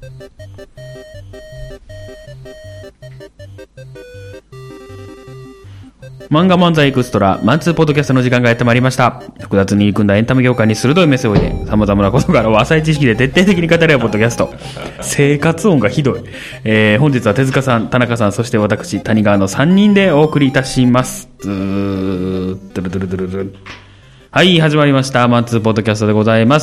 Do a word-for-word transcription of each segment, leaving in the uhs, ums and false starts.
漫画漫才エクストラマンツーポッドキャストの時間がやってまいりました。複雑に入り組んだエンタメ業界に鋭い目線を入れ、様々な事柄を浅い知識で徹底的に語り合うポッドキャスト。生活音がひどい、えー、本日は手塚さん、田中さん、そして私谷川のさんにんでお送りいたします。ずーっとルルルルルルル。はい、始まりましたマンツーポッドキャストでございます。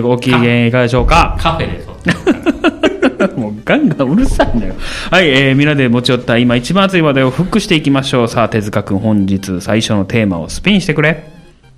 ご機嫌いかがでしょうか。 カフェでもうガンガンうるさいんだよ。はい、えー、みんなで持ち寄った今一番熱い話題をフックしていきましょう。さあ手塚くん、本日最初のテーマをスピンしてくれ。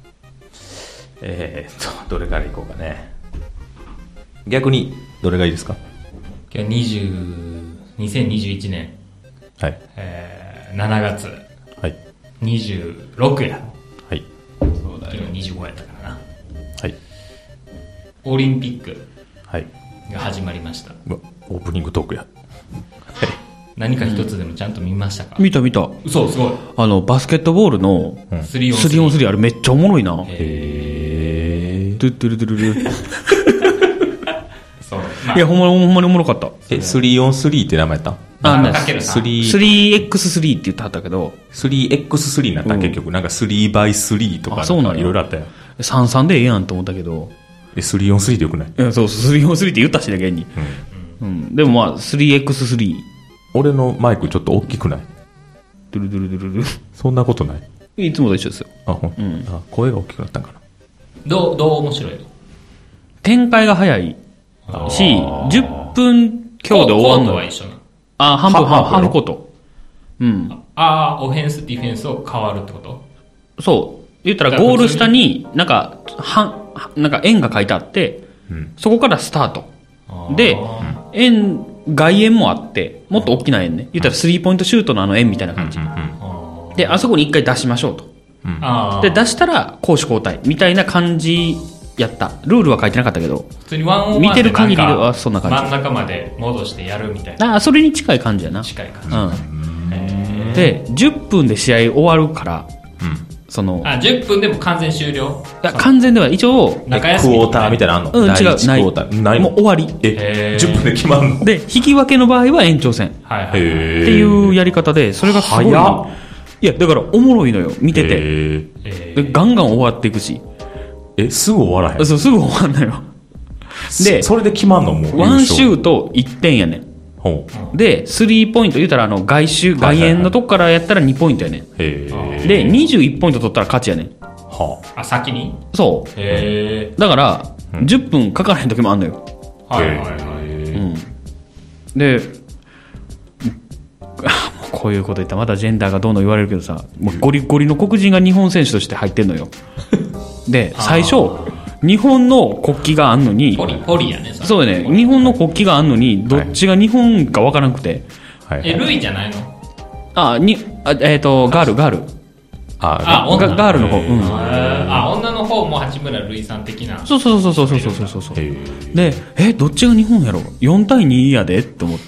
えーっとどれからいこうかね。逆にどれがいいですか。 今日にじゅうにせんにじゅういちねん、 はい、 えー、しちがつ、 はい、 にじゅうろくや。 はい、 そうだよ、昨日にじゅうごやったからな。 はい、 オリンピックはいが始まりました。 うわオープニングトークや。 何か一つでもちゃんと見ましたか。 見た見た。 そう、すごい。 あのバスケットボールの スリーオンスリー、 スリーオンスリーあれめっちゃおもろいな。 へー。 ドゥッドゥルドゥルルそう、まあ、 いやほんまにほんまにおもろかった。 え スリーオンスリー って名前やった。 あのかけるさんスリーエックススリー って言ってはったけどスリーエックススリー になった、うん、結局なんか スリーバイスリー とかいろいろあったよ。 さんさんでええやんと思ったけど、 え スリーオンスリー でよくない。 いやそう スリーオンスリー って言ったしね現に、うんうん、でもまあ スリーエックススリー。 俺のマイクちょっと大きくない。 ドゥルドゥルドゥルドゥル。 そんなことない。 いつもと一緒ですよ。 あ、ほん、うん、あ声が大きくなったんかな。 どうどう面白いの。 展開が早いしじゅっぷん強で終わるの。 コートは一緒なの。 あ、半分、ハーフコート。うん。 ああ、オフェンス、ディフェンスを変わるってこと。 そう。言ったらゴール下になんか、は、なんか円が書いてあって、うん、そこからスタート。で、円、外円もあって、もっと大きな円ね。言ったらスリーポイントシュートのあの円みたいな感じ。で、あそこに一回出しましょうと。うん、で、出したら攻守交代みたいな感じやった。ルールは書いてなかったけど、 普通にワンオンワン見てる限りではそんな感じ。 真ん中まで戻してやるみたいな。 あ、それに近い感じやな。 近い感じ。 うん。で、じゅっぷんで試合終わるから、うん、そのあ、じゅっぷんでも完全終了。 いや完全では一応中休みクォーターみたいなのあんの。 うん、違う、ない。 クォーターない。 もう終わり。 え、じゅっぷんで決まるの。 で、引き分けの場合は延長戦。 はいはい。 っていうやり方で、それがすごい。いや、だからおもろいのよ、見てて。で、ガンガン終わっていくし。 え、すぐ終わらへん。 そう、すぐ終わんのよ。 で、それで決まんのもう。 ワンシュートいってんやねん。ほう。で、スリーポイント言うたら、あの、外周、外縁のとこからやったらにポイントやねん。へー。で、にじゅういちポイント取ったら勝ちやねん。 はあ。あ、先に？ そう。へー。だから、じゅっぷんかからへん時もあんのよ。 はいはいはい。 うん。で、こういうこと言ったらまだジェンダーがどうの言われるけどさ、もうゴリゴリの黒人が日本選手として入ってんのよ。で、最初、日本の国旗があんのに、 ポリ、ポリやね。 そうやね。日本の国旗があんのに、どっちが日本かわからなくて。 はいはい、え、ルイじゃないの？ あ、に、あえっ、ー、と、ガール、ガール。 あ、 あガガールの方。うん。 あ、女の方も八村塁さん的な。 そうそうそうそうそうそうそうそう。で、え、どっちが日本やろ ?よん 対にやでって思って。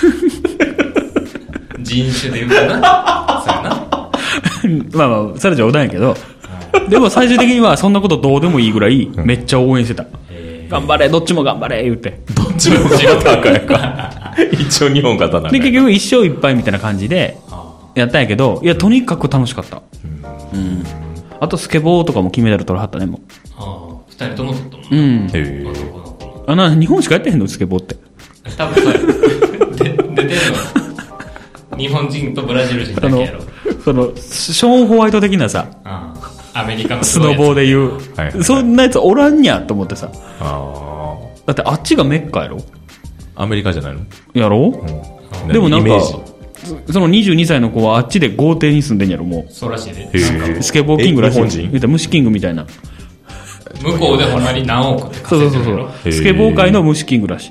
人種で言うかな。そうやな。 まあまあ、それ冗談やけど。でも最終的にはそんなことどうでもいいぐらいめっちゃ応援してた。頑張れ、どっちも頑張れ言って。 どっちも勝ったかやか。一応日本勝ったな。 で、結局一勝一敗みたいな感じでやったんやけど、いや、とにかく楽しかった。うん。あとスケボーとかも金メダル取らはったね、もう。 ああ、二人とも取ったもん。 うん。へあ、な、日本しかやってへんのスケボーって。 多分そうや。で、出てんの日本人とブラジル人だけやろ。 その、ショーン・ホワイト的なさ、 ああアメリカのスノボーで言う、はいはい、そんなやつおらんにゃと思ってさ。 あだってあっちがメッカやろ。 アメリカじゃないのやろ、うん、でもなんかそのにじゅうにさいの子はあっちで豪邸に住んでんやろもう。 そうらしいで。 スケボーキングらしい。 日本人？ 言ったら虫キングみたいな。 向こうでほんまに何億って稼いでる。そうそうそう。スケボー界の虫キングらしい。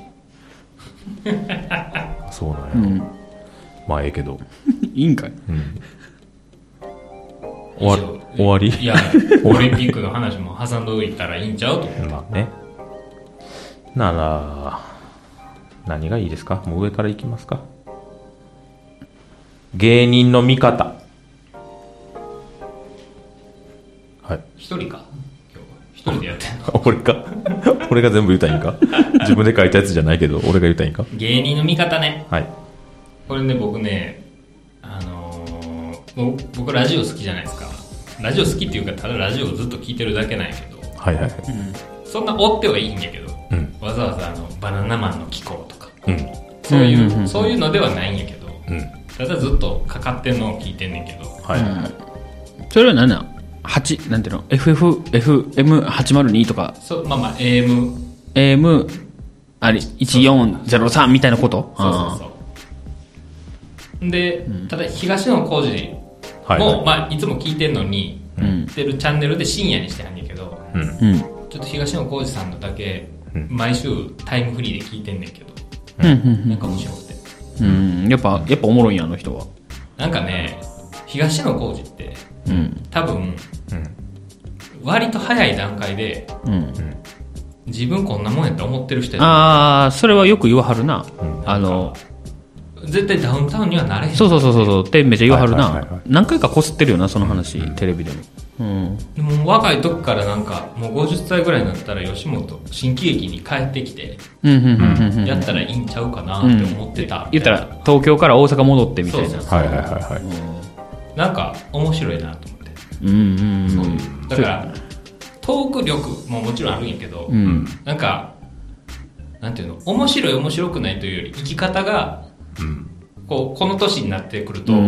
そうなんや。 うん、 まあええけど。 いいんかい。うん、 終わり終わりいや、オリンピックの話も挟んどいたらいいんちゃうと思った。 まあね。なら、何がいいですか？もう上からいきますか？芸人の見方。はい。 一人か？今日は一人でやってんの？ 俺か俺が全部言ったらいいんか自分で書いたやつじゃないけど、俺が言ったらいいんか。 芸人の見方ね。 はい。 これね、僕ね、あのー、僕ラジオ好きじゃないですか。ラジオ好きっていうか、ただラジオをずっと聞いてるだけなんやけど、 はいはいはい。 そんな追ってはいいんやけど、 うん、 わざわざあのバナナマンの機構とか、 うん、 そういう、 うんうんうん、 そういうのではないんやけど、 うん、 ただずっとかかってんのを聞いてんねんけど、 はいはいはい。 それは何なの ?はち、なんていうの ?エフエフ、エフエムはちまるに とか。 そう、まあまあ エーエム。 エーエム、あれ、いちよんゼロさんみたいなことそうそうそう。で、うん、ただ東野幸治も、はいはい、まあいつも聞いてんのに、うん、てるチャンネルで深夜にしてはんねんけど、うん、ちょっと東野幸治さんのだけ、うん、毎週タイムフリーで聞いてんねんけど、うん、なんか面白くて。 うん、やっぱ、やっぱおもろいんや、あの人は。 なんかね、東野幸治って、うん、多分、うん、割と早い段階で、うん、自分こんなもんやって思ってる人や。 ああ、それはよく言わはるな。うん、あの、 絶対ダウンタウンにはなれへん。 そうそうそうそうってめっちゃ言わはるな。はいはいはいはい、何回かこすってるよな、その話、うん、テレビでも。うん、 でも若い時からなんかもうごじゅっさいぐらいになったら吉本新喜劇に帰ってきてやったらいいんちゃうかなって思ってた、 うん、言ったら東京から大阪戻ってみたいな。 そうそうそう、はいはいはいはい、うん、なんか面白いなと思って、うんうんうん、そういうだからトーク力ももちろんあるんやけど、うん、なんかなんていうの、面白い面白くないというより生き方が、うん、こうこの年になってくると、うん、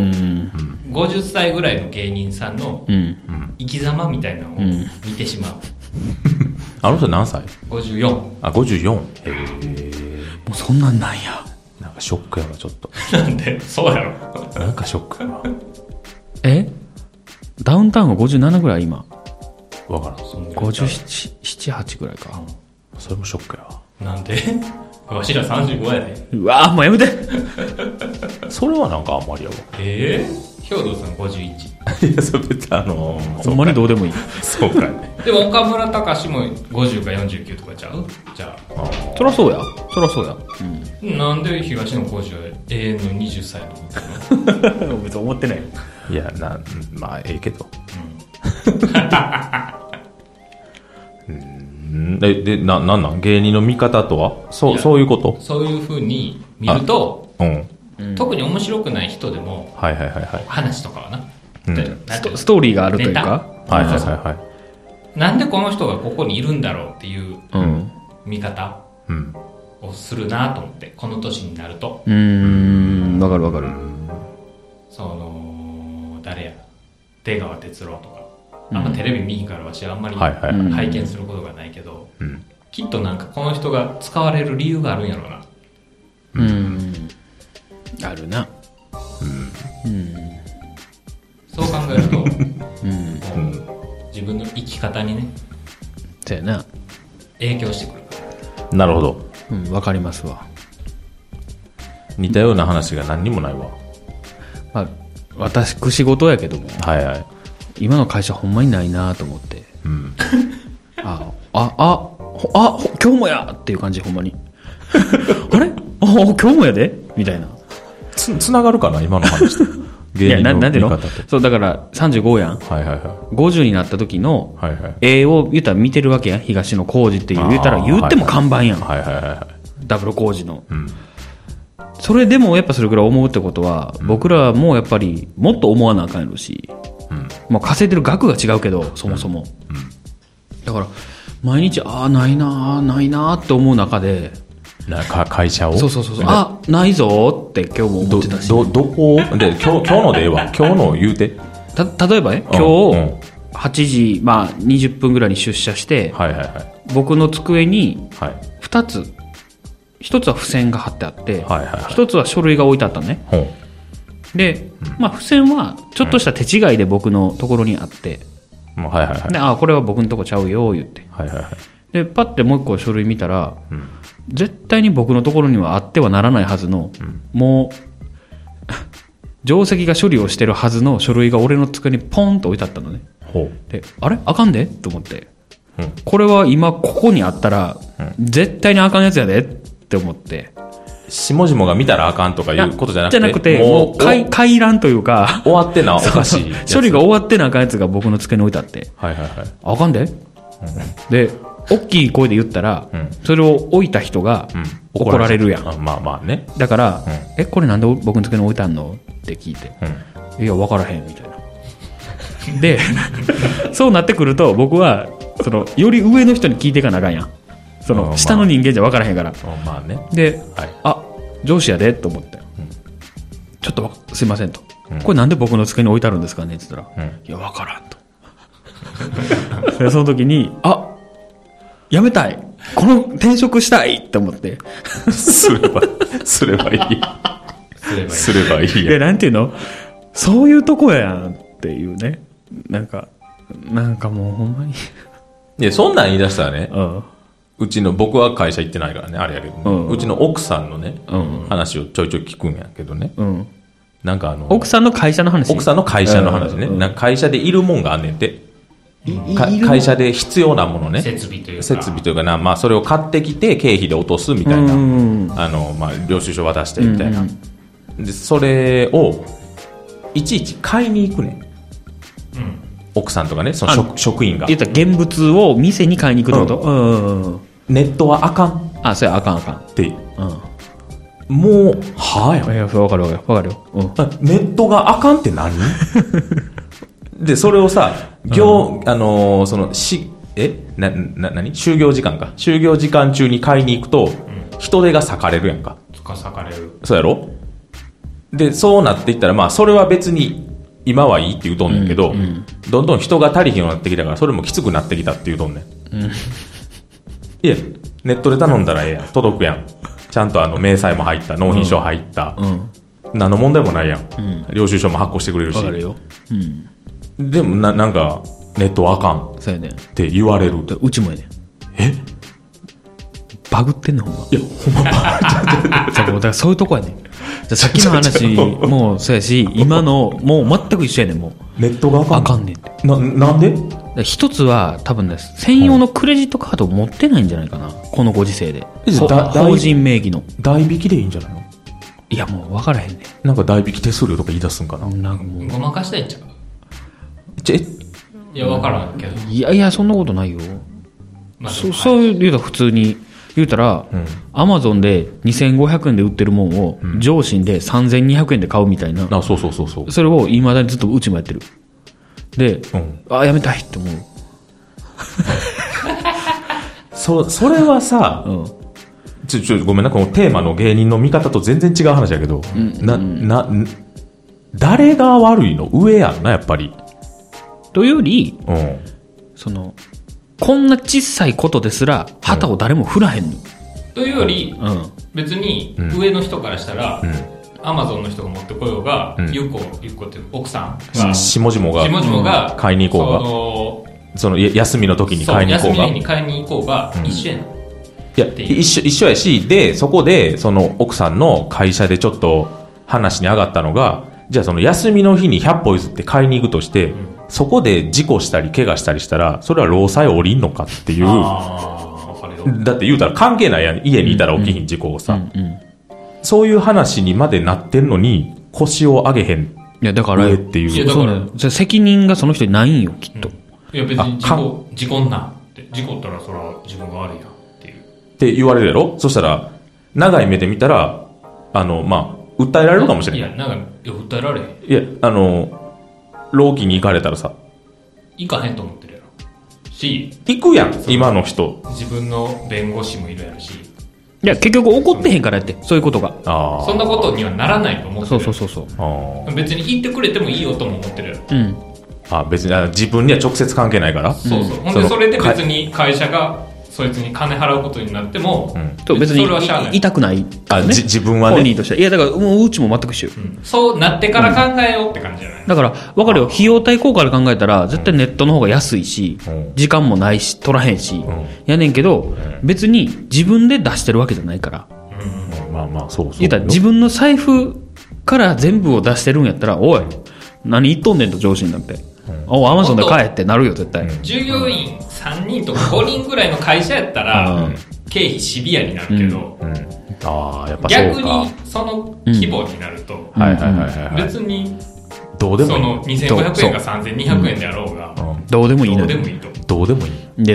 ごじゅっさいぐらいの芸人さんの生き様みたいなのを見てしまう、うん、 あの人何歳？ ごじゅうよん。 あ、ごじゅうよん。へえ。 もうそんなんなんや。 なんかショックやわ、ちょっと。 なんで？そうやろ。 なんかショックやわ。 え？ダウンタウンがごじゅうななぐらい今？ わからん。 ごじゅうなな、はちぐらいか。 それもショックやわ。 なんで？わしらさんじゅうごやで。 うわぁ、もうやめて。 それはなんかあんまりやわ。 えぇ、ー、兵藤さんごじゅういち。 いや、それ別にあのー、 ほんまにどうでもいい。 そうかね。 でも岡村隆史もごじゅうかよんじゅうきゅうとかちゃう？じゃあ。 そらそうや。そらそうや。 うん。なんで東野幸治は永遠のにじゅっさいの？別に思ってないよ。 いや、な、まあ、ええけど。うん。で、で、な、なんなん芸人の見方とはそう、そういうことそういう風に見ると、うん。特に面白くない人でも、 はいはいはいはい。 話とかはな。 うん、スト、ストーリーがあるというか、 はいはいはいはい。 なんでこの人がここにいるんだろうっていう見方をするなと思って、この年になると。 うーん、わかるわかる。 その、誰や、出川哲朗とか、あんまテレビ見ひんからわしあんまり拝見することがないけど、うん、きっとなんかこの人が使われる理由があるんやろうな。 うん。あるな。うん。うん、 そう考えると、うん、自分の生き方にね、 そうやな、 影響してくる。 なるほど。 うん、わかりますわ。 似たような話が何にもないわ。 まあ、私仕事やけども、 はいはい。 今の会社ほんまにないなと思って、うん、ああああ今日もやっていう感じ、ほんまにあれあ今日もやでみたいな。 つつながるかな今の話と。 芸人の見方と。そうだからさんじゅうごやん、はいはいはい、ごじゅうになった時の絵を言ったら見てるわけやん。東野幸治っていう言ったら言っても看板やん、はいはいはいはい、ダブル幸治の、うん、それでもやっぱそれぐらい思うってことは、うん、僕らもやっぱりもっと思わなあかんやろし、うん、まあ、稼いでる額が違うけどそもそも、うんうん、だから毎日ああないなあないなあって思う中でなか会社をそうそうそうそう、あないぞって今日も思ってたし、 どどどこで今日今日のでええわ今日の言うてた例えばね今日、うんうん、はちじ、まあ、にじゅっぷんぐらいに出社して、はいはいはい、僕の机にふたつ、ひとつは付箋が貼ってあって、はいはいはい、ひとつは書類が置いてあったのね、うん、で、まあ、付箋はちょっとした手違いで僕のところにあって、うん、はいはいはい、であこれは僕のとこちゃうよ言って、はいはいはい、でパッてもう一個書類見たら、うん、絶対に僕のところにはあってはならないはずの、うん、もう定石が処理をしてるはずの書類が俺の机にポンと置いてあったのね。ほうであれあかんでと思って、うん、これは今ここにあったら、うん、絶対にあかんやつやでって思って、 下々が見たらあかんとかいうことじゃなくて、 じゃなくてもう回覧というか終わってなおかしい処理が終わってなあかんやつが僕の机に置いてあって、はいはいはい、あかんで、うん、で大きい声で言ったら、 うん、 それを置いた人が怒られるやん、うん、 まあまあね。 だから、 うん、 えこれなんで僕の机に置いてあんのって聞いて、うん、いや分からへんみたいなでそうなってくると僕はそのより上の人に聞いていかなあかんやん、その下の人間じゃ分からへんから、 まあね、 で、はい、あ上司やでと思って、うん、ちょっとすいませんと、うん、これなんで僕の机に置いてあるんですかねって言ったら、うん、いや分からんとその時にあやめたいこの転職したいって思ってすればすればいいすればいいいやなんていうのそういうとこやんっていうね、なんかなんかもうほんまにいやそんなん言い出したらね、 うん、 うちの僕は会社行ってないからねあれやけど、うん、うちの奥さんのね、うん、話をちょいちょい聞くんやけどね、うん、なんかあの奥さんの会社の話奥さんの会社の話ね、うん、なんか会社でいるもんがあんねんて、会社で必要なものね、 設備というか設備というかな、まあ、それを買ってきて経費で落とすみたいな、あの、まあ、領収書渡してみたいな、でそれをいちいち買いに行くねん、うん、奥さんとかねその 職, 職員が言ったら現物を店に買いに行くってこと、うんうん、 ネットはあかんあそれあかんあかんって、 うん、もうはぁやん分かる分かるよ、うん、 ネットがあかんって何でそれをさ業、うん、あのー、そのしえなな何就業時間か就業時間中に買いに行くと、うん、人手が割かれるやんか、 割かれるそうやろ。でそうなっていったらまあそれは別に今はいいって言うとんねんけど、うんうん、どんどん人が足りひんようになってきたからそれもきつくなってきたって言うとんねん、うん、いやネットで頼んだらええやん届くやんちゃんとあの明細も入った納品書入った、うん、何の問題もないやん、うん、領収書も発行してくれるしわかるよ、 うん、でも な, なんかネットはあかんって言われる、 うちもやねんえバグってんのほんまいやほんまだからそういうとこやねんさっきの話もそうやし今のもう全く一緒やねんもうネットがあかんあかんねんってななんで一つは多分ね専用のクレジットカードを持ってないんじゃないかな、うん、このご時世で法人名義の代引きでいいんじゃないの。 いやもう分からへんねんなんか代引き手数料とか言い出すんかな、 なんかもうごまかしたいんちゃうちえいや分からんけどいやいやそんなことないよ、まあ、そ, そういう言うたら普通に言うたら、うん、アマゾンでにせんごひゃくえんで売ってるもんを、うん、上信でさんぜんにひゃくえんで買うみたいな、 あそうそうそうそうそれをいまだにずっとうちもやってるで、うん、あやめたいって思うそ, それはさ、うん、ちょちょごめんなこのテーマの芸人の見方と全然違う話だけど、うん、なな誰が悪いの上やんなやっぱりというより、うん、そのこんな小さいことですら旗を誰も振らへんの、うん、 というより、うん、別に上の人からしたら、うん、アマゾンの人が持ってこようが、うん、ゆっこゆっこって奥さんが下々が下々が買いに行こうがその休みの時に買いに行こうが休みに買いに行こうが、うん、一緒やんいや一緒一緒やしでそこでその奥さんの会社でちょっと話に上がったのがじゃあその休みの日にひゃっぽ譲って買いに行くとして、うん、そこで事故したり怪我したりしたらそれは労災降りんのかっていうあだって言うたら関係ないやん家にいたら起きひん事故をさ、うんうんうん、そういう話にまでなってんのに腰を上げへんいやだから上っていういやだからじゃ責任がその人にないんよきっと、うん、 いや別に事故事故んなって事故ったらそれは自分が悪いやんっていうって言われるやろ。そしたら長い目で見たらあのまあ訴えられるかもしれない。 いやなんかいや訴えられへん。 いやあの労基に行かれたらさ行かへんと思ってるやろし行くやん今の人自分の弁護士もいるやろしいや結局怒ってへんからやってそういうことがあそんなことにはならないと思ってる。 そうそうそうそうあ別に言ってくれてもいいよとも思ってるやろ。 うんあ別にあ自分には直接関係ないからそうそう、うん、ほんでそれで別に会社がそいつに金払うことになっても、 うん、別にそれはしゃあない痛くない、ね、 あじ自分はね本人としてはいやだからもううちも全く一緒よ、 うん、そうなってから考えようって感じじゃない、 うん、だから分かるよ費用対効果で考えたら絶対ネットの方が安いし、うん、時間もないし取らへんし、うん、やねんけど、うん、別に自分で出してるわけじゃないから、 うんうん、まあまあそうそう言ったら自分の財布から全部を出してるんやったらおい何言っとんねんと上司になっておアマゾンで買えってなるよ絶対、 うん、従業員さんにんとかごにんぐらいの会社やったら、うん、経費シビアになるけど、うんうん、 あやっぱそうか逆にその規模になると、うん別にどうでもいいそのにせんごひゃくえんかさんぜんにひゃくえんであろうが、 うん、どうでもいいのどうでもいいとどうでもいいでしょ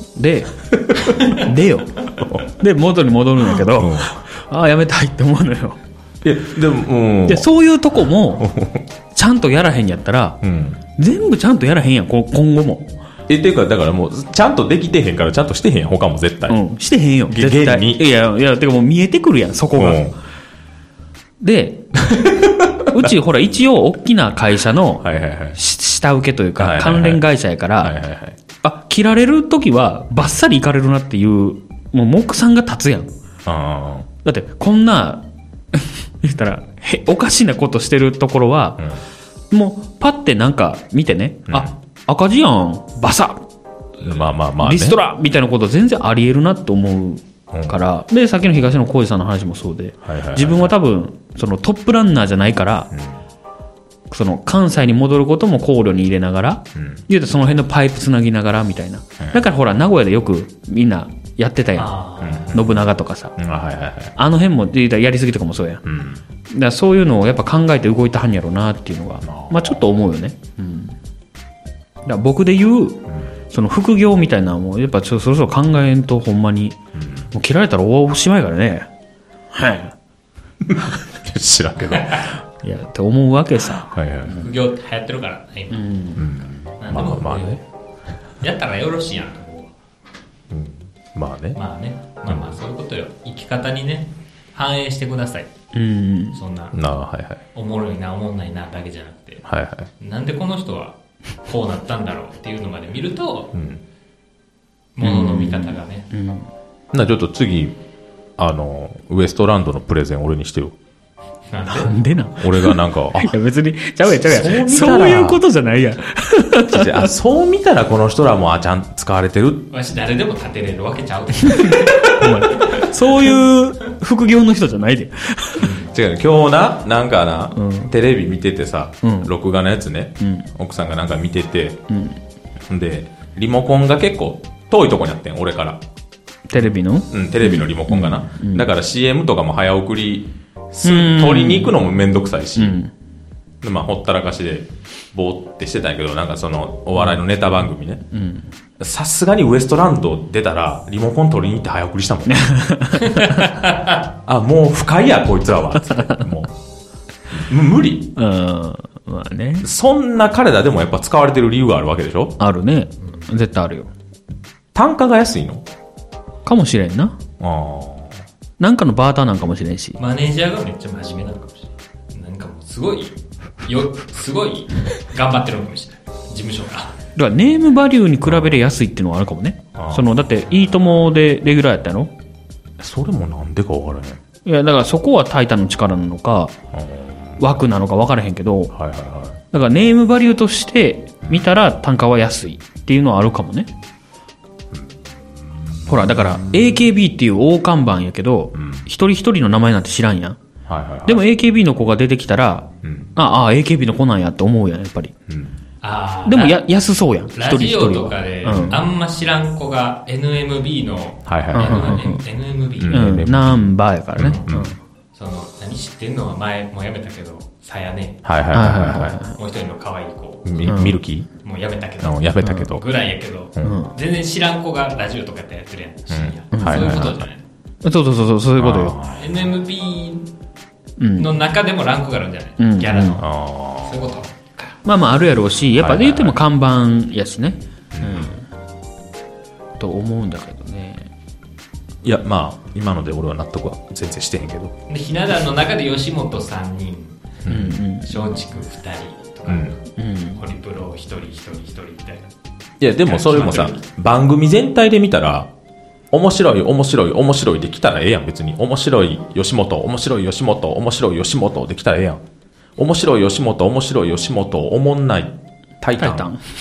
ででよで元に戻るんやけど、うん、ああやめたいって思うのよ。 いやでも、うん、 でそういうとこもちゃんとやらへんやったら、うん、全部ちゃんとやらへんやん今後も。 えっていうかだからもうちゃんとできてへんからちゃんとしてへんやん他も絶対、 うん、してへんよ絶対に。いやいやてかもう見えてくるやんそこが、うん、でうちほら一応大きな会社の下請けというか関連会社やからあ切られる時はバッサリいかれるなっていうもう目算が立つやん。あだってこんな言ったらへおかしなことしてるところは、うん、もうパッてなんか見てね、うん、あ赤字やんバサッまあまあまあ、ね、 リストラみたいなこと全然ありえるなって思うから、うん、でさっきの東野幸治さんの話もそうで、はいはいはいはい、自分は多分そのトップランナーじゃないから、うん、その関西に戻ることも考慮に入れながら、うん、言うとその辺のパイプつなぎながらみたいな、うん、だからほら名古屋でよくみんなやってたやん、うん、信長とかさ、うんはいはいはい、あの辺もやりすぎとかもそうやん、うん、だからそういうのをやっぱ考えて動いたはんやろうなっていうのが、まあ、ちょっと思うよね、うん、だから僕で言う、うん、その副業みたいなのもやっぱそろそろ考えんとほんまに、うん、もう切られたらおしまいからねはい知らんけどいやって思うわけさ、はいはい、副業って流行ってるから今、うんうん、なんでも、まあまあね、やったらよろしいやんと思う、うんまあねまあねまあまあそういうことよ。生き方にね反映してください、うん、そんなな、はいはい、 おもろいなおもんないなだけじゃなくて、 はいはい、 なんでこの人はこうなったんだろうっていうのまで見ると、うん、ものの見方がね、うんうん、 なちょっと次あのウエストランドのプレゼン俺にしてよ。 なんでな俺がなんかいや別にちゃうやちゃうやそういうことじゃないやあそう見たらこの人らもあちゃん使われてるわし誰でも立てれるわけちゃうそういう副業の人じゃないで、 うん、違う今日ななんかな、うん、テレビ見ててさ、うん、録画のやつね、うん、奥さんがなんか見てて、うん、でリモコンが結構遠いとこにあってん俺からテレビのうんテレビのリモコンがな、うん、だから シーエム とかも早送り取りに行くのもめんどくさいし、うん、でまあ、ほったらかしでぼーってしてたんやけどなんかそのお笑いのネタ番組ねさすがにウエストランド出たらリモコン取りに行って早送りしたもんあもう深いやこいつらはつってもう無理、うんまあね、 そんな彼らでもやっぱ使われてる理由があるわけでしょ。 あるね、うん、絶対あるよ。 単価が安いのかもしれんな。あなんかのバーターなんかもしれんしマネージャーがめっちゃ真面目なのかもしれない。なんかもうすごいよすごい頑張ってるのかもしれない事務所が。だからネームバリューに比べれ安いっていうのはあるかもね。そのだっていいともでレギュラーやったの。 それもなんでか分からへん。 いやだからそこはタイタンの力なのか枠なのか分からへんけど、はいはいはい、だからネームバリューとして見たら単価は安いっていうのはあるかもね。ほらだから エーケービー っていう大看板やけど、うん、一人一人の名前なんて知らんやん、はいはいはい、でも エーケービー の子が出てきたら、うん、ああ エーケービー の子なんやって思うやんやっぱり、うん、あでもや安そうやんラジオとかで、うん、あんま知らん子が エヌエムビー の、はいはいはい、エヌエムビー、 うん、ナンバーやからね、うんうん、 その何知ってんのは前もうやめたけどさやね、 はいはいはいはい、 もう一人の可愛い子ミ, ミルキーもうやめたけど、 うん、やめたけど、 うん、ぐらいやけど、うん、全然知らん子がラジオとかやってるやん、うん、そういうことじゃない、 うん、そうそうそうそういうことよ。 エヌエムビー の中でもランクがあるんじゃない、うん、ギャラの、うん、そういうことまあまああるやろうしやっぱ言っても看板やしね、うん、と思うんだけどね。 いやまあ今ので俺は納得は全然してへんけどでひな壇の中で吉本さんにん松竹ふたりとか、うん、ホリプロ一人一人一人みたいな。いやでもそれもさ番組全体で見たら面白い面白い面白いできたらええやん。別に面白い吉本面白い吉本面白い吉本できたらええやん。面白い吉本面白い吉本おもんないタイタン、タイタン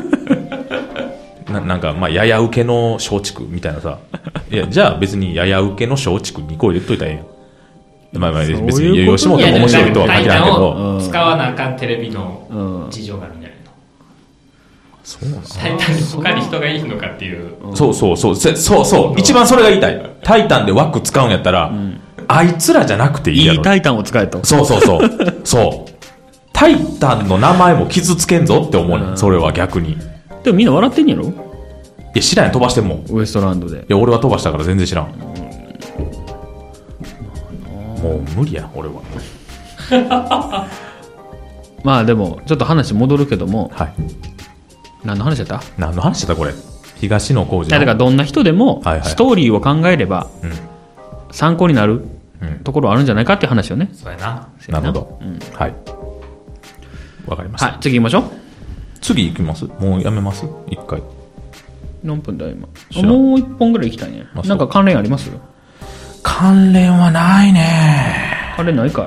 な, なんかまあやや受けの松竹みたいなさいやじゃあ別にやや受けの松竹にこ入れといたらええやん。まあまあ別に吉本も面白いとは限らんけど使わなあかんテレビの事情があるんじゃないの、うん、 そうなんタイタンに他に人がいいのかっていう、 うん、そうそうそうそうそう一番それが言いたい。タイタンで枠使うんやったら、うん、あいつらじゃなくていいやろ。 いいタイタンを使えと。 そうそうそうそうタイタンの名前も傷つけんぞって思うね、うん、それは逆に。 でもみんな笑ってんやろ。 や、知らんやん、飛ばしてんもん。 ウエストランドで。 いや、俺は飛ばしたから全然知らん。もう無理や、俺は。 まあでも、ちょっと話戻るけども、 はい。 何の話だった？ 何の話だこれ。東野幸治の。 いやだからどんな人でも、 はいはいストーリーを考えれば、 うん参考になるうんところあるんじゃないかっていう話をね。 そうやな。 なるほど。 うんはい。わかりました。 はい、次行きましょう。 次行きます？もうやめます？一回。 何分だ今。 知らんもう一本ぐらい行きたいねあ。そうなんか関連あります？ 関連はないね。 関連ないかい？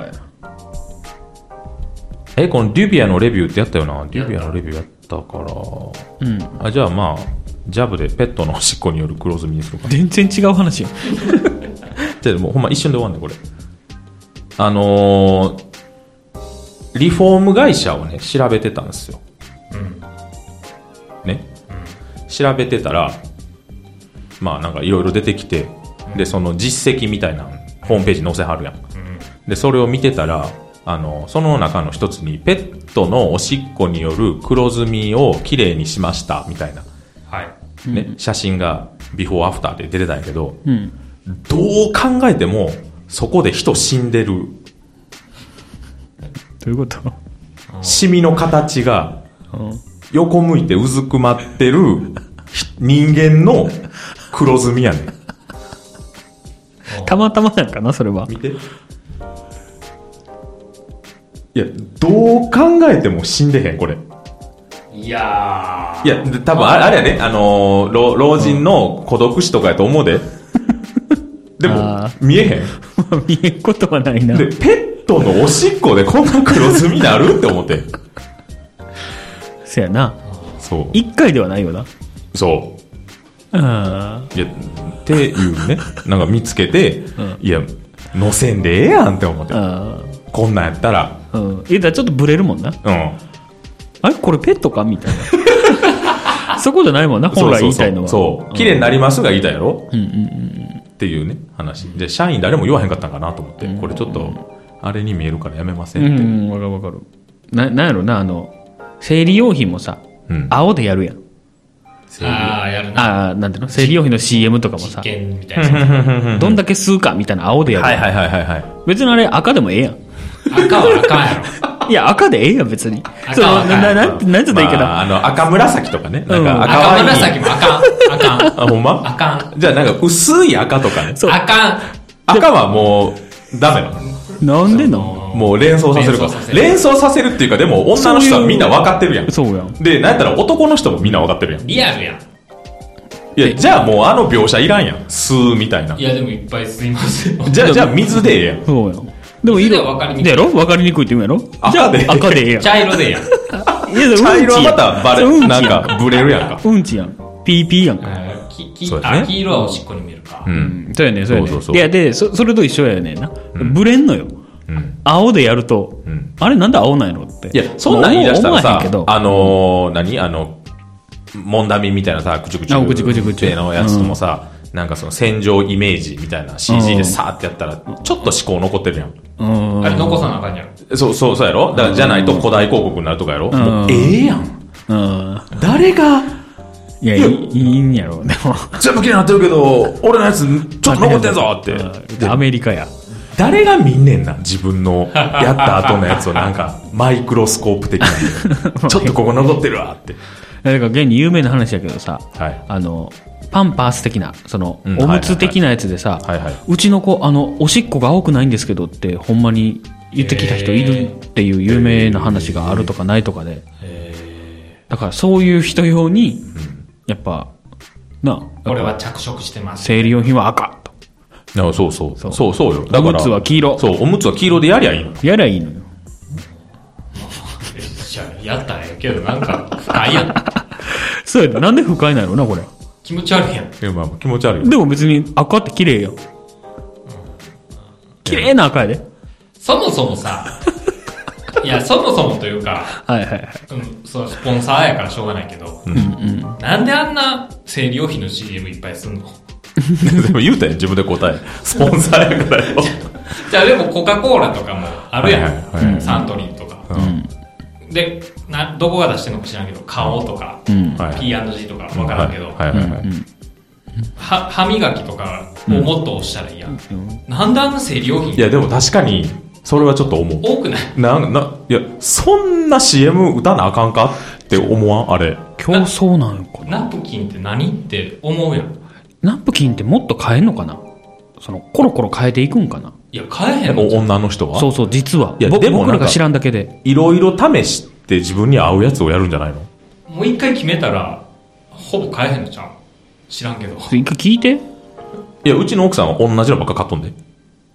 え、このデュビアのレビューってやったよな。デュビアのレビューやったから。 うん。 あ、じゃあまあ、ジャブでペットのおしっこによる黒ずみにするか。 全然違う話よ。 じゃあもうほんま一瞬で終わんねん、これ。あのー、リフォーム会社をね、調べてたんですよ。 うん。 ね。調べてたら、まあなんかいろいろ出てきて、で、その実績みたいなホームページ載せはるやん。で、それを見てたら、あの、その中の一つに、ペットのおしっこによる黒ずみをきれいにしました、みたいな。 はい。 ね、うん、写真がビフォーアフターで出てたんやけど、 うん、 どう考えてもそこで人死んでる。 どういうこと？ シミの形が横向いてうずくまってる人間の黒ずみやねん。 たまたまなんかなそれは。 見て。いや、どう考えても死んでへんこれ。 いやー。いや、多分あれやね、あのー、老、老人の孤独死とかやと思うで。でも、見えへん見えんことはないな。 で、ペットのおしっこでこんな黒ずみなるって思って。 そやな。 そう。 一回ではないよな。 そう。 あいや、っていうね、なんか見つけて、うん、いや、載せんでええやんって思って。こんなんやったら。 うん。え、だからちょっとブレるもんな。 うん。 あれこれペットかみたいな。そこじゃないもんな、本来言いたいのは。 そうそうそう。綺麗になりますが言いたいやろ、 うんうんうん、 っていうね、話。で、社員誰も言わへんかったんかなと思って、これちょっと、あれに見えるからやめませんって。 うん、わかるわかる。な、なんやろな、あの、生理用品もさ、うん、青でやるやん。 ああ、やるな。 ああ、なんていうの生理用品の シーエム とかもさ。 実験みたいな。 どんだけ吸うかみたいな青でやる。 はいはいはいはいはい。 別にあれ赤でもええやん。 赤は赤やろ。 いや、赤でええやん、別に。 赤は赤な、な、なんて、なんて言ったらいいかな。 まあ、あの、赤紫とかね。なんか赤ワイン。赤紫も赤ん。赤ん。 あ、ほんま？ 赤ん。 じゃあなんか薄い赤とかね。 赤ん。 赤はもう、ダメなの。なんでの？ もう連想させるから。連想させるっていうか、でも女の人はみんな分かってるやん。 そうやん。 で、なんやったら男の人もみんな分かってるやん。 リアルやん。 いや、じゃあもうあの描写いらんやん。吸うみたいな。 いや、でもいっぱい吸いますよ。 じゃあ、じゃあ水でええやん。 そうやん。でも色分かりにくい。 やろ分かりにくいって言うんやろ赤で。 赤でええやん。 茶色でええやん。 いや、 茶色はまたバレ、なんかブレるやんか。 うんちやん。ピーピーやんか。 そうですね。黄色はおしっこに見えるか。 うん。 そうやね、そうやね。いや、で、そ、それと一緒やねんな。ブレんのよ。 うん。 青でやると、あれなんで青なんやろって。 いや、そんなん言い出したらさ、あの、何あの、モンダミみたいなさ、くちゅくちゅくちゅくちゅくちゅのやつともさ、うん、なんかその戦場イメージみたいな シージー でさーってやったら、ちょっと思考残ってるやん。 うん、あれ残さなあかんやろ。 そう、そう、そうやろだからじゃないと古代広告になるとかやろ、うん、もうええやん。 うん。 誰が、 いや、いい、いいんやろ、でも。 全部綺麗になってるけど、俺のやつちょっと残ってんぞって。 アメリカや。 誰が見んねんな、自分のやった後のやつをなんか、マイクロスコープ的な。ちょっとここ残ってるわって。 だから現に有名な話やけどさ、 はい、 あのパンパース的なその、 うん、 おむつ的なやつでさ、 はいはい、 うちの子あのおしっこが青くないんですけどってほんまに言ってきた人いるっていう有名な話があるとかないとかで、だからそういう人用に、うん、やっぱなこれは着色してます、 生理用品は赤と。 そうそうそうそうそうよ。だからおむつは黄色。 そうおむつは黄色でやりゃいいの。 やりゃいいのよ。 やったらええけどなんか深いやん。 そうやで、なんで不快なのな、これ。 気持ち悪いやん。いや、まあ、気持ち悪い。 でも別に赤って綺麗やん。綺麗な赤やで。 そもそもさ、いや、そもそもというか、 はいはいはい。 うん、そう、スポンサーやからしょうがないけど、 うんうん、 なんであんな生理用品の シーエム いっぱいすんの？ でも言うたやん、自分で答え。スポンサーやからよ。 じゃあでもコカ・コーラとかもあるやん。 はいはいはい、 サントリーとか。 うん、 で、 などこが出してるのか知らんけど顔とか、うん、ピーアンドジー とか分からんけど、はいはいはいはい、は歯磨きとかをもっと押したらいいやん、うん、なんであんな生理用品。 いやでも確かにそれはちょっと思う。 多くないなないやそんな シーエム 打たなあかんかって思わんあれ。 競争なのかな。 ナプキンって何って思うやん。 ナプキンってもっと変えんのかな。そのコロコロ変えていくんかな。 いや変えへんの。 女の人はそうそう実は。いやでも僕らが知らんだけでいろいろ試して自分に合うやつをやるんじゃないの。 もう一回決めたらほぼ変えへんのちゃう。知らんけど。 一回聞いて。 いやうちの奥さんは同じのばっか買っとんで。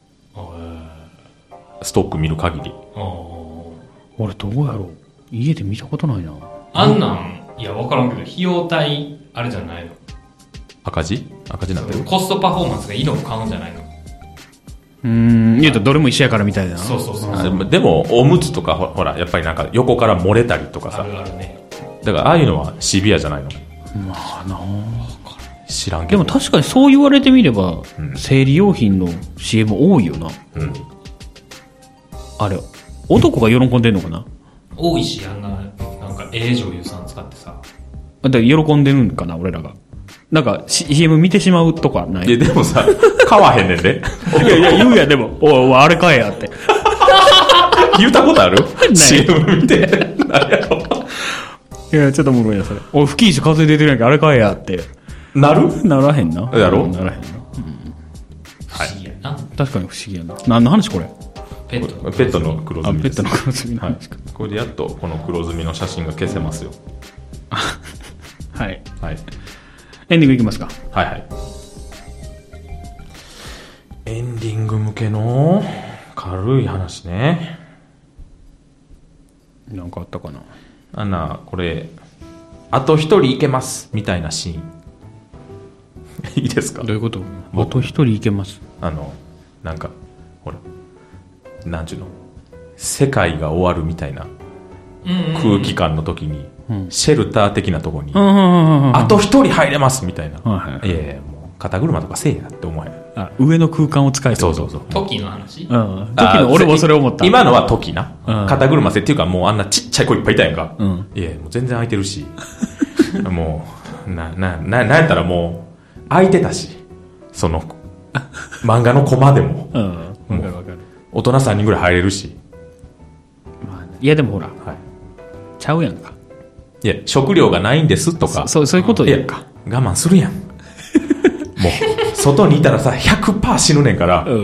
ストック見る限り。あ俺どうやろう。家で見たことないな。 あんなん、いや分からんけど費用対あれじゃないの。 赤字赤字なんだよ。 コストパフォーマンスがいいのを買うんじゃないの。 うーん言うとどれも一緒やからみたいな。 そうそうそう。 でも、でもおむつとかほらやっぱりなんか横から漏れたりとかさ。 あるあるね。 だからああいうのはシビアじゃないの。 まあな知らんけど。 でも確かにそう言われてみれば、うん、生理用品の シーエム 多いよな。うん。あれ男が喜んでんのかな。 多いしあんななんかええ女優さん使ってさ。 だから喜んでるんかな俺らが。なんか シーエム 見てしまうとかない。 いやでもさ買わへんねんで。 いやいや言うやでもおいおいあれ買えやって言ったことあるシーエム 見て何やろ。 いやちょっとおもろいなそれ。おい吹き石風出てるやんけあれ買えやってなるならへんな。 やろならへんな、うん、 不思議やな。 確かに不思議やな。何の話これ。 ペット, ペットの黒ずみです。 ペットの黒ずみの話か、 はい、これでやっとこの黒ずみの写真が消せますよ。 はい、 はい、 エンディングいきますか。 はいはい。エンディング向けの軽い話ね。 なんかあったかな。 あんなこれあと一人いけますみたいなシーンいいですか。 どういうこと。あと一人いけます。 あのなんかほらなんちゅうの世界が終わるみたいな空気感の時に、うん、シェルター的なとこに、うん、あと一人入れますみたいな、うん、いやいやもう肩車とかせえやって思え。 あ上の空間を使え。 そうそうそう。 時の話、 うん、時の俺もそれ思った。 今のは時な、うん、肩車せっていうかもうあんなちっちゃい子いっぱいいたやんか、うん、いやもう全然空いてるしもうななななんやったらもう空いてたしその漫画のコマでも、うん、分かる分かる。大人さんにんぐらい入れるし、 まあ、いやでもほら、はい、ちゃうやんか。 いや食料がないんですとかそ, そうそういうことやんか。 我慢するやんもう外にいたらさ ひゃくパーセント 死ぬねんから、うん、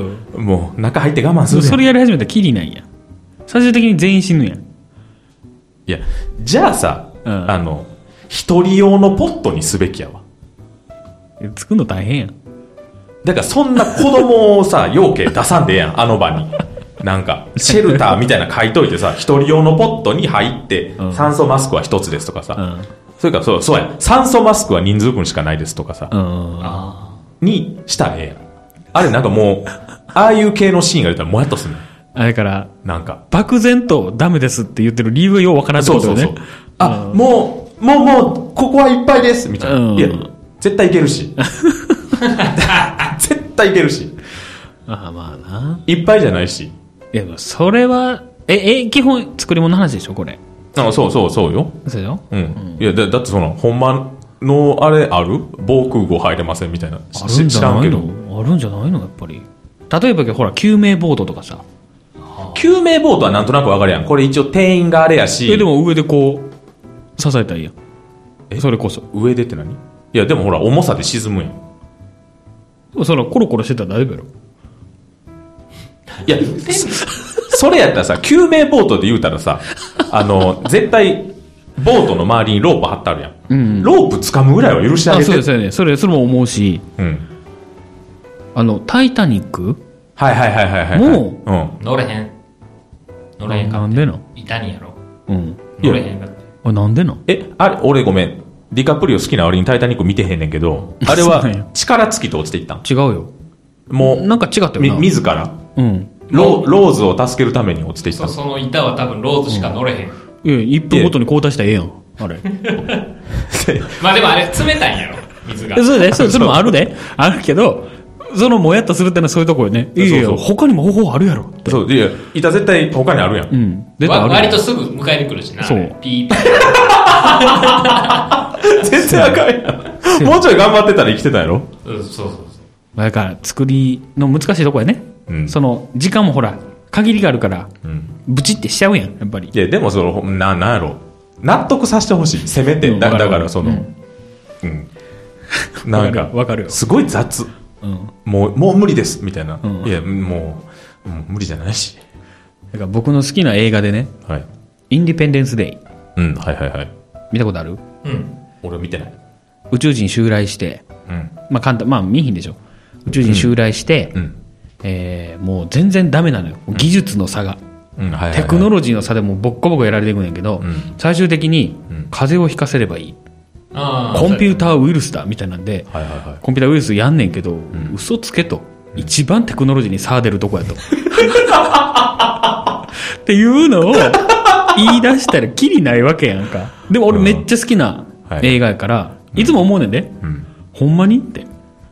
もう中入って我慢するやん。 それやり始めたらキリないやん。最終的に全員死ぬやん。いやじゃあさ、うん、あの一人用のポットにすべきやわ。 作るの大変やん。 だからそんな子供をさ養鶏出さんでええやんあの場に。なんかシェルターみたいな書いといてさ一人用のポットに入って、うん、酸素マスクは一つですとかさ、うん、それからそうそうや酸素マスクは人数分しかないですとかさ、うん、にしたらええやん。あれなんかもうああいう系のシーンが出たらもやっとすんねん。 あれからなんか漠然とダメですって言ってる理由がようわからんってことよね。そうそうそう。 あ、うん、もうもうもうここはいっぱいですみたいな、うん、いや絶対いけるし絶対いけるし。 ああまあないっぱいじゃないし。 いやそれはええ基本作り物の話でしょこれ。 あそうそうそうよ。 そうよ。 うん。うん、いや だ, だってそのほんまのあれある防空壕入れませんみたいな。 あるんじゃないの。あるんじゃないのやっぱり。例えばほら救命ボートとかさ。 救命ボートはなんとなくわかるやん。これ一応定員があれやし。 えでも上でこう支えたらいいやん。えそれこそ上でって何。いやでもほら重さで沈むやん。 そらコロコロしてたら大丈夫やろ。 いやそれやったらさ救命ボートで言うたらさあの絶対ボートの周りにロープ張ってあるやん、うん、ロープ掴むぐらいは許してあげて。 あそうですよね。それそれも思うし、うん、あのタイタニックはいはいはいはいはいもう、うん、乗れへん乗れへんかって。 なんでのいたんやろ。 うん乗れへんかって。 あなんでの。 えあれ俺ごめんディカプリオ好きな割にタイタニック見てへんねんけどあれは力尽きて落ちていったん。 違うよ。 もうなんか違ったよな。 自ら、うん、ロ, ローズを助けるために落ちていった。 そ, その板は多分ローズしか乗れへん、うん、 いやいっぷんごとに交代したらええやんあれまあでもあれ冷たいんやろ水が。 そうね そ, それもあるであるけどそのもやっとするってのはそういうところよね。いやいや他にも方法あるやろってそう、いや、板絶対他にあるやん。 うん。絶対ある。 割とすぐ迎えに来るしな。 そう。 ピーピー。 全然あかんやん。もうちょい頑張ってたら生きてたやろ。 うん、そうそうそう。 だから、作りの難しいとこやね。うん。その、時間もほら、限りがあるから、うん。ブチってしちゃうやん、やっぱり。 いや、でもその、な、なんやろ。納得させてほしい。せめて。うん、だ, だから、その、うん。うん、なんか、 わかるよ。 すごい雑。うん。もう、もう無理です、みたいな。うん、いや、もう、もう無理じゃないし。 だから僕の好きな映画でね、はい。インディペンデンスデイ。 うん、はいはいはい。 見たことある？ うん。俺見てない。 宇宙人襲来して、うん。まあ簡単、まあ見ひんでしょ。宇宙人襲来して、うん。えー、もう全然ダメなのよ。技術の差が。うん、はいはいはい。テクノロジーの差でもうボッコボコやられていくんやけど、うん、最終的に、風邪をひかせればいい。あコンピューターウイルスだみたいなんで、はいはいはい、コンピューターウイルスやんねんけど、うん、嘘つけと、うん、一番テクノロジーに差出るとこやとっていうのを言い出したらキリないわけやんか。でも俺めっちゃ好きな映画やから、うん、いつも思うねんで、うん、ほんまにって、うん、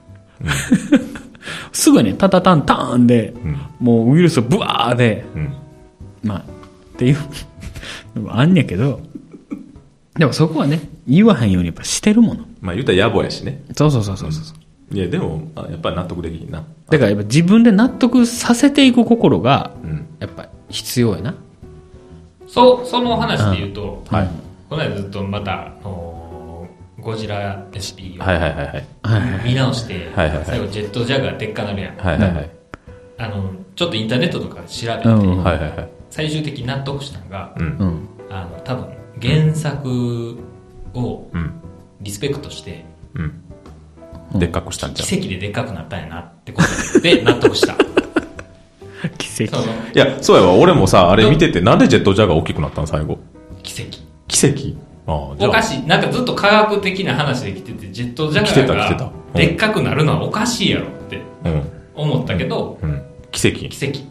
すぐねタタタンターンで、うん、もうウイルスをブワーで、うん、まあっていうあんねんけど、でもそこはね言わへんようにやっぱしてるもの。 まあ言うたら野暮やしね。 そうそうそうそうそう、 うん、いやでもやっぱり納得できひんな。 だからやっぱ自分で納得させていく心がやっぱ必要やな、うん、 そう。その話で言うと、はい、この間ずっとまたゴジラ エスピー を見直して、はいはいはい、最後ジェットジャガーでっかなるやん、はいはいはい、あのちょっとインターネットとか調べて、うんはいはいはい、最終的に納得したのが、うん、あの多分原作をリスペクトして、うんうん、でっかくしたんじゃん。 奇跡ででっかくなったんやなってことで納得した奇跡。 いやそうやわ。俺もさあれ見ててなんでジェットジャガー大きくなったの最後。 奇跡。 奇跡。ああじゃあおかしい。なんかずっと科学的な話で来ててジェットジャガーがでっかくなるのはおかしいやろって思ったけど、 うんうん、奇跡奇跡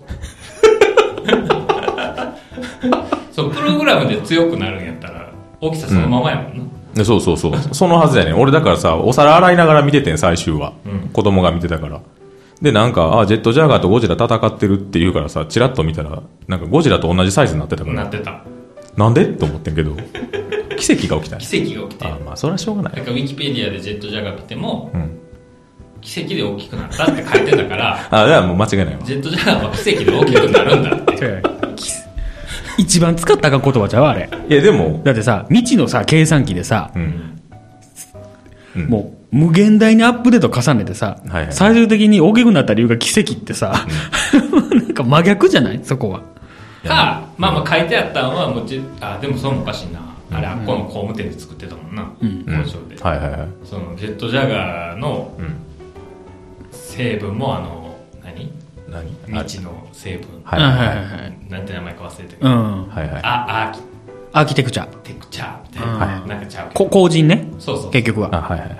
そうプログラムで強くなるんやったら大きさそのままやもんな、 うん、そうそうそうそのはずやねん。俺だからさお皿洗いながら見ててん最終は、うん、子供が見てたからでなんかあジェットジャガーとゴジラ戦ってるって言うからさチラッと見たらなんかゴジラと同じサイズになってたからなってたなんでと思ってんけど奇跡が起きた。 奇跡が起きてあまあそれはしょうがない。 なんかウィキペディアでジェットジャガー見ても、うん、奇跡で大きくなったって書いてたからあじゃあもう間違いないわ。 ジェットジャガーは奇跡で大きくなるんだって一番使ったか言葉ちゃうあれ。 いやでもだってさ未知のさ計算機でさ、うんうん、もう無限大にアップデート重ねてさ、はいはい、最終的に大きくなった理由が奇跡ってさ、うん、なんか真逆じゃないそこは。 か、まあまあ書いてあったのはもちあでもそれもおかしいな。あれ、うん、あっこの工務店で作ってたもんな、うん、工場で、はいはいはい、そのジェットジャガーの成分もあの何何未知の成分、はいはいはいはい、なんて名前か忘れてるけど、うんはいはい、あアーキアーキテクチャテクチャーみたいな、うん、なんかちゃうけど工人ね。 そうそう結局はあ、はいはいはい、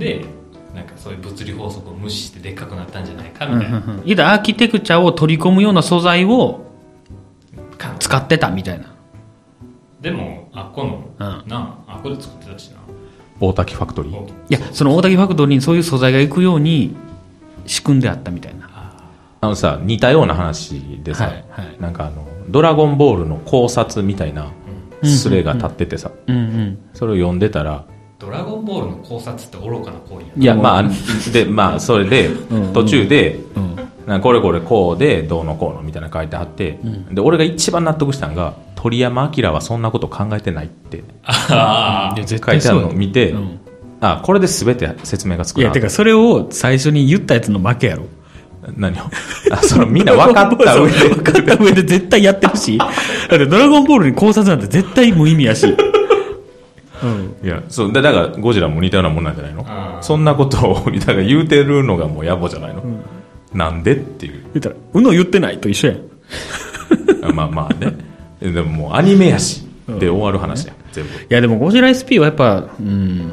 でなんかそういう物理法則を無視してでっかくなったんじゃないかみたいな、うんうんうん、 いやアーキテクチャを取り込むような素材を使ってたみたいな。 でもあっこの、うん、なあっこで作ってたしな大滝ファクトリー。 いやその大滝ファクトリーにそういう素材が行くように仕組んであったみたいな。 あのさ似たような話でさ、はいはい、なんかあのドラゴンボールの考察みたいなスレが立っててさ、うんうんうん、それを読んでたらドラゴンボールの考察って愚かな行為やいやまあでまあそれで途中で、うんうんなんかこれこれこうでどうのこうのみたいな書いてあって、うん、で俺が一番納得したのが鳥山明はそんなこと考えてないって書いてあるのを見て、うん、あこれで全て説明がつくな。 いやてかそれを最初に言ったやつの負けやろ。 何をあそのみんな分かった上で分かった上で絶対やってるしだってドラゴンボールに考察なんて絶対無意味やし、 うん、いやそうだからゴジラも似たようなもんなんじゃないの。そんなことをだから言うてるのがもう野暮じゃないの、うんなんでっていう言ったらうの言ってないと一緒やんまあまあねでももうアニメやしで終わる話やん、うん、全部。いやでもゴジラ エスピー はやっぱ、うん、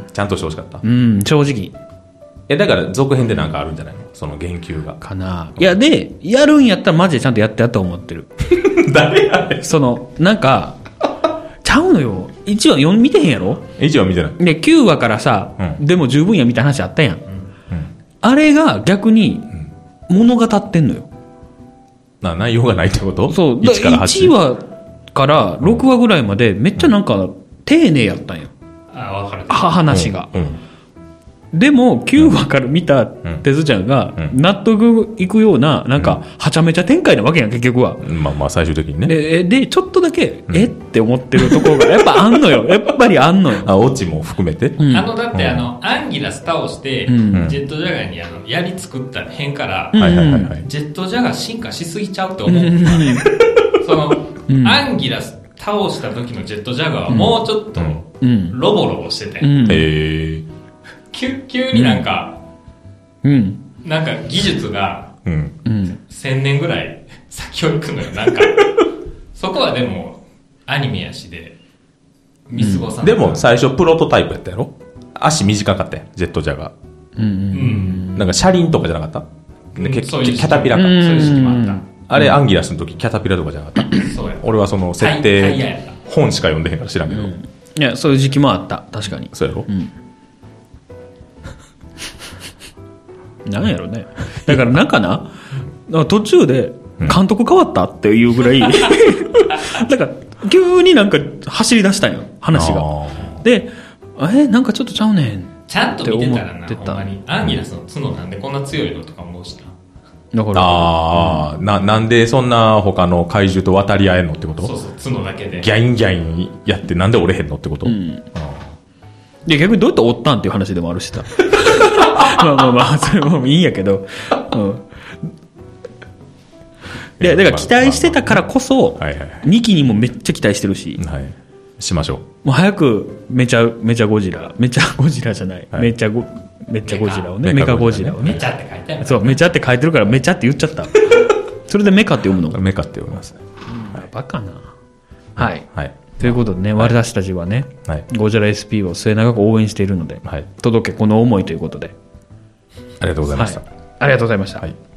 ちゃんとしてほしかった。 うん正直えだから続編でなんかあるんじゃないのその言及がかな。いやでやるんやったらマジでちゃんとやってやと思ってる誰やねんそのなんかちゃうのよいちわよん見てへんやろ。 いちわ見てないできゅうわからさ、うん、でも十分やみたいな話あったやん、うんうん、あれが逆に物語ってんのよ。 な内容がないってこと？ そう。 いちからはち。 いちわからろくわぐらいまでめっちゃなんか丁寧やったんよ。 あ、分かる。 話が。 うんうんでも、きゅうわから見たてつちゃんが、納得いくような、なんか、はちゃめちゃ展開なわけやん、結局は。 まあまあ、最終的にね。 で、でちょっとだけ、えって思ってるところが、やっぱあんのよ。やっぱりあんのよ。 あ、オチも含めて。 あの、だってあの、アンギラス倒して、ジェットジャガーにあの、槍作った辺から、 はいはいはいはい。 ジェットジャガー進化しすぎちゃうって思う。その、アンギラス倒した時のジェットジャガーはもうちょっと、ロボロボしてて。へー。 急, 急になんか、 うん、 なんか技術が、 うん、 千年ぐらい先を行くのよ。なんか、そこはでも、アニメやしで、見過ごさない、 うん。でも最初プロトタイプやったやろ？足短かったやん、ジェットジャガー。 うんうん、 なんか車輪とかじゃなかった？うん、キャタピラか。 そういう時期もあった。 あれ、アンギラスの時、キャタピラとかじゃなかった？ そうや。 俺はその設定、本しか読んでへんから知らんけど。うん、 いや、そういう時期もあった。確かに。 そうやろ？うんなんやろね。だからなんかな、途中で監督変わったっていうぐらい、だから急になんか走り出したんよ、話が。で、え、なんかちょっとちゃうねん。 ちゃんと見てたらな、ほんまに。アンギラスの角なんでこんな強いのとか思うしな。だから。ああ、うん、な、なんでそんな他の怪獣と渡り合えんのってこと？ そうそう、角だけで。 ギャインギャインやってなんで折れへんのってこと？うん、 で、逆にどうやって折ったんっていう話でもあるしさ。まあまあまあ、それもいいんやけど。うん。いや、だから期待してたからこそ、にきにもめっちゃ期待してるし。 はい。しましょう。 もう早く、めちゃ、めちゃゴジラ。めちゃゴジラじゃない。はい、めちゃゴ、めちゃゴジラをね。メカゴジラをね。 めちゃって書いてある。 そう、めちゃって書いてるからめちゃって言っちゃった。それでメカって読むの？ メカって読みますね。 うん、はい、バカな。はい。はい。ということでね、はい、私たちはね、はい、ゴジラ エスピー を末永く応援しているので、はい、届けこの思いということで。 ありがとうございました。 はい、ありがとうございました。 はい